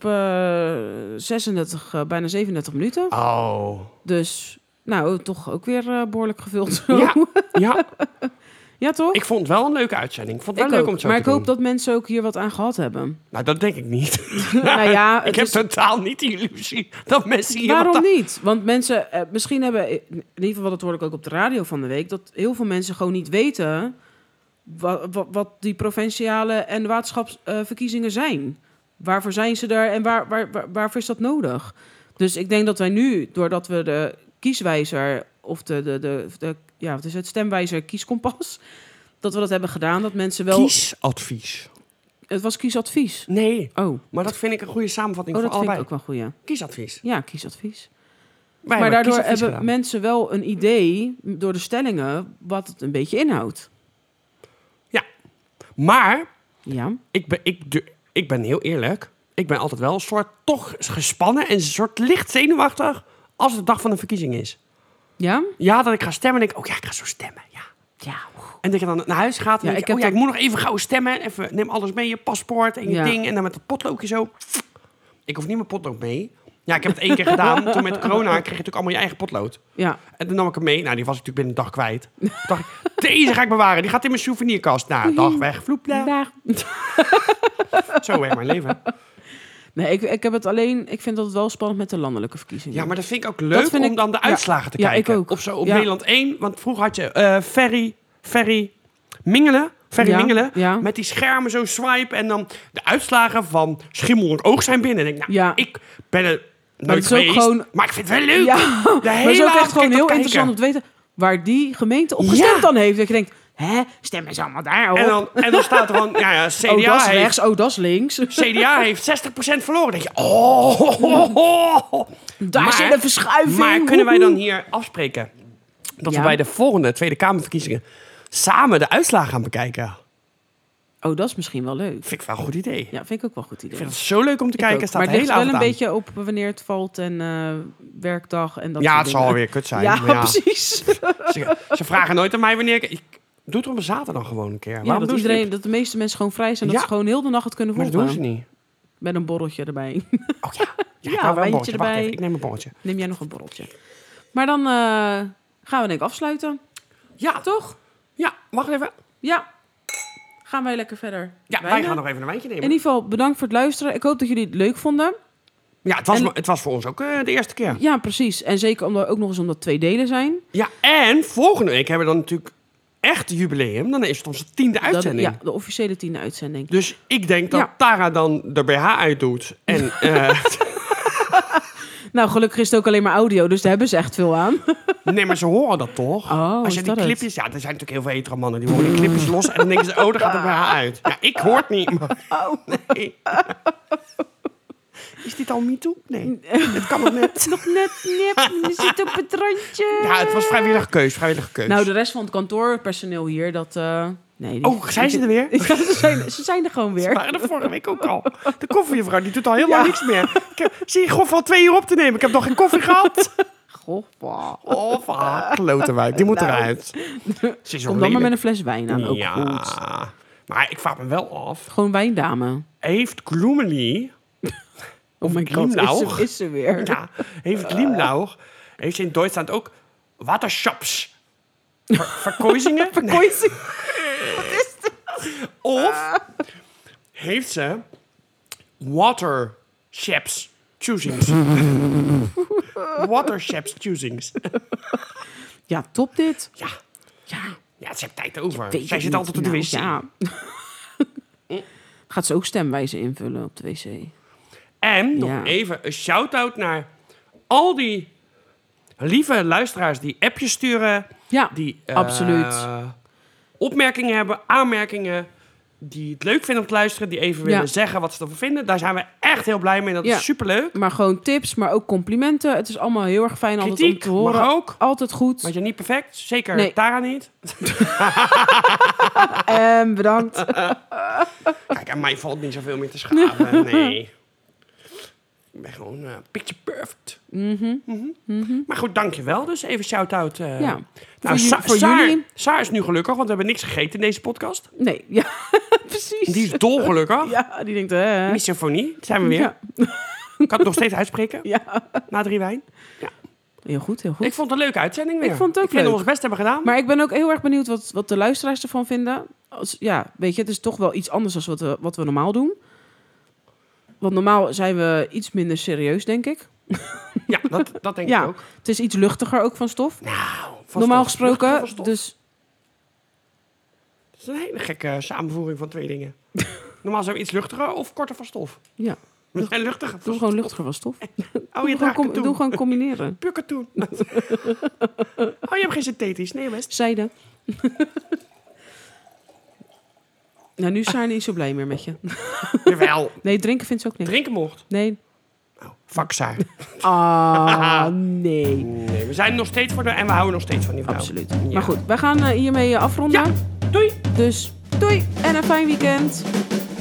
36, bijna 37 minuten. Oh. Dus, toch ook weer behoorlijk gevuld. Ja. Ja, toch? Ik vond het wel een leuke uitzending. Ik vond het wel leuk om het zo te doen. Maar ik hoop dat mensen ook hier wat aan gehad hebben. Nou, dat denk ik niet. Ik heb totaal niet die illusie dat mensen hier... Waarom niet? Want mensen misschien hebben... In ieder geval, dat hoorde ik ook op de radio van de week... dat heel veel mensen gewoon niet weten... wat die provinciale en waterschapsverkiezingen zijn. Waarvoor zijn ze er en waarvoor is dat nodig? Dus ik denk dat wij nu, doordat we de kieswijzer... of wat is het, stemwijzer kieskompas... dat we dat hebben gedaan, dat mensen wel... Kiesadvies. Het was kiesadvies. Nee. Oh. Maar dat vind ik een goede samenvatting voor allebei. Dat vind ik ook wel goed, ja. Kiesadvies. Ja, kiesadvies. Maar daardoor hebben mensen wel een idee, door de stellingen, wat het een beetje inhoudt. Ja. Maar, ja. Ik ben heel eerlijk. Ik ben altijd wel een soort toch gespannen en een soort licht zenuwachtig als het de dag van de verkiezing is. Ja? Ja, dat ik ga stemmen en denk, ik ga zo stemmen, ja. Ja. En dat je dan naar huis gaat en ik moet nog even gauw stemmen. Even, neem alles mee, je paspoort en je ding. En dan met het potloodje zo. Ik hoef niet mijn potlood mee. Ja, ik heb het 1 keer gedaan. Toen met corona kreeg je natuurlijk allemaal je eigen potlood. Ja. En toen nam ik hem mee. Nou, die was ik natuurlijk binnen een dag kwijt. Toen dacht ik, deze ga ik bewaren. Die gaat in mijn souvenirkast. Nou, dag weg. Vloep, dag. Zo werkt mijn leven. Nee, ik heb het alleen... Ik vind dat het wel spannend met de landelijke verkiezingen. Ja, maar dat vind ik ook leuk om dan de uitslagen te kijken. Ja, ik ook. Of zo op Nederland 1. Want vroeger had je Ferry Mingelen. Met die schermen zo swipe. En dan de uitslagen van Schiermonnikoog zijn binnen. En denk, ik ben er nooit geweest. Gewoon... Maar ik vind het wel leuk. Ja. Maar het is ook echt gewoon heel interessant om te weten... waar die gemeente op gestemd dan heeft. Dat je denkt... stemmen ze allemaal daarop? En dan staat er van, CDA dat is rechts, dat is links. CDA heeft 60% verloren. Dan denk je, daar zit een verschuiving. Maar kunnen wij dan hier afspreken dat we bij de volgende Tweede Kamerverkiezingen samen de uitslagen gaan bekijken? Oh, dat is misschien wel leuk. Vind ik wel een goed idee. Ja, vind ik ook wel een goed idee. Ik vind het zo leuk om te kijken. Maar het ligt wel een beetje op wanneer het valt en werkdag en dat soort het zal alweer kut zijn. Ja, precies. Ze vragen nooit aan mij wanneer ik doe het op een zaterdag gewoon een keer. Ja, dat de meeste mensen gewoon vrij zijn. Dat ze gewoon heel de nacht het kunnen volgen. Maar dat doen ze niet. Met een borreltje erbij. Oh ja. Een wijntje erbij. Even, ik neem een borreltje. Neem jij nog een borreltje. Maar dan gaan we denk ik afsluiten. Ja. Toch? Ja, wacht even. Ja. Gaan wij lekker verder. Ja, wij gaan nog even een wijntje nemen. In ieder geval, bedankt voor het luisteren. Ik hoop dat jullie het leuk vonden. Ja, het was voor ons ook de eerste keer. Ja, precies. En zeker omdat 2 delen zijn. Ja, en volgende week hebben we dan natuurlijk echt jubileum. Dan is het onze 10e uitzending. Ja, de officiële 10e uitzending. Dus ik denk dat Tara dan de BH uitdoet. En Nou, gelukkig is het ook alleen maar audio, dus daar hebben ze echt veel aan. Nee, maar ze horen dat toch? Als je die clipjes... Ja, er zijn natuurlijk heel veel hetero mannen die horen die clipjes los en dan denken ze, daar gaat het bij haar uit. Ja, ik hoor het niet. Maar... Nee. Is dit al MeToo? Nee, het kan nog net. Nog net, je zit op het randje. Ja, het was vrijwillige keus. Nou, de rest van het kantoorpersoneel hier, dat... Nee, zijn ze er weer? Ja, ze zijn er gewoon weer. Ze waren er vorige week ook al. De koffiejuffrouw, die doet al heel lang niks meer. Zie je, Gof al 2 uur op te nemen. Ik heb nog geen koffie gehad. Klotenwijk, die moet eruit. Kom dan maar met een fles wijn aan, ook goed. Maar ik vraag me wel af. Gewoon wijndame. Heeft Gloomily... Oh my god, is ze weer. Ja, heeft Glimlauch... Heeft ze in Duitsland ook... Watershops... Verkoizingen? Verkoizingen? Wat is dit? Of heeft ze waterships choosings? Waterships choosings. Ja, top dit. Ja, ze heeft tijd over. Zij zit altijd op de wc. Ja. Gaat ze ook stemwijze invullen op de wc. En nog even een shout-out naar al die lieve luisteraars die appjes sturen. Ja, die absoluut. Opmerkingen hebben, aanmerkingen. Die het leuk vinden om te luisteren. Die even willen zeggen wat ze ervan vinden. Daar zijn we echt heel blij mee. Dat is superleuk. Maar gewoon tips, maar ook complimenten. Het is allemaal heel erg fijn altijd om te horen. Mag ook. Altijd goed. Want je niet perfect. Zeker Tara niet. Bedankt. Kijk, aan mij valt niet zoveel meer te schaven. Nee. Ik ben gewoon picture perfect. Maar goed, dankjewel. Dus even shout-out. Nou, voor jullie. Saar is nu gelukkig, want we hebben niks gegeten in deze podcast. Nee, ja, precies. Die is dolgelukkig. Ja, die denkt... Misofonie, zijn we weer. Ja. Ik kan het nog steeds uitspreken. Ja. Na 3 wijn. Ja. Heel goed. Ik vond het een leuke uitzending weer. Ik vond het ook leuk. Ik vind dat we ons best hebben gedaan. Maar ik ben ook heel erg benieuwd wat de luisteraars ervan vinden. Weet je, het is toch wel iets anders dan wat we normaal doen. Want normaal zijn we iets minder serieus, denk ik. Ja, dat denk ik ook. Het is iets luchtiger ook van stof. Nou, normaal gesproken. Dus... Het is een hele gekke samenvoering van 2 dingen. Normaal zijn we iets luchtiger of korter van stof. Ja. We zijn luchtiger. Doe gewoon luchtiger van stof. Doe gewoon combineren. Puur katoen. Je hebt geen synthetisch. Nee, best. Zijde. Nou, nu is Saar niet zo blij meer met je. Jawel. Nee, drinken vindt ze ook niet. Drinken mocht. Nee. Fuck Saar. Nee. Nee, we zijn nog steeds voor en we houden nog steeds van die vrouw. Absoluut. Ja. Maar goed, wij gaan hiermee afronden. Ja, doei. Dus doei en een fijn weekend.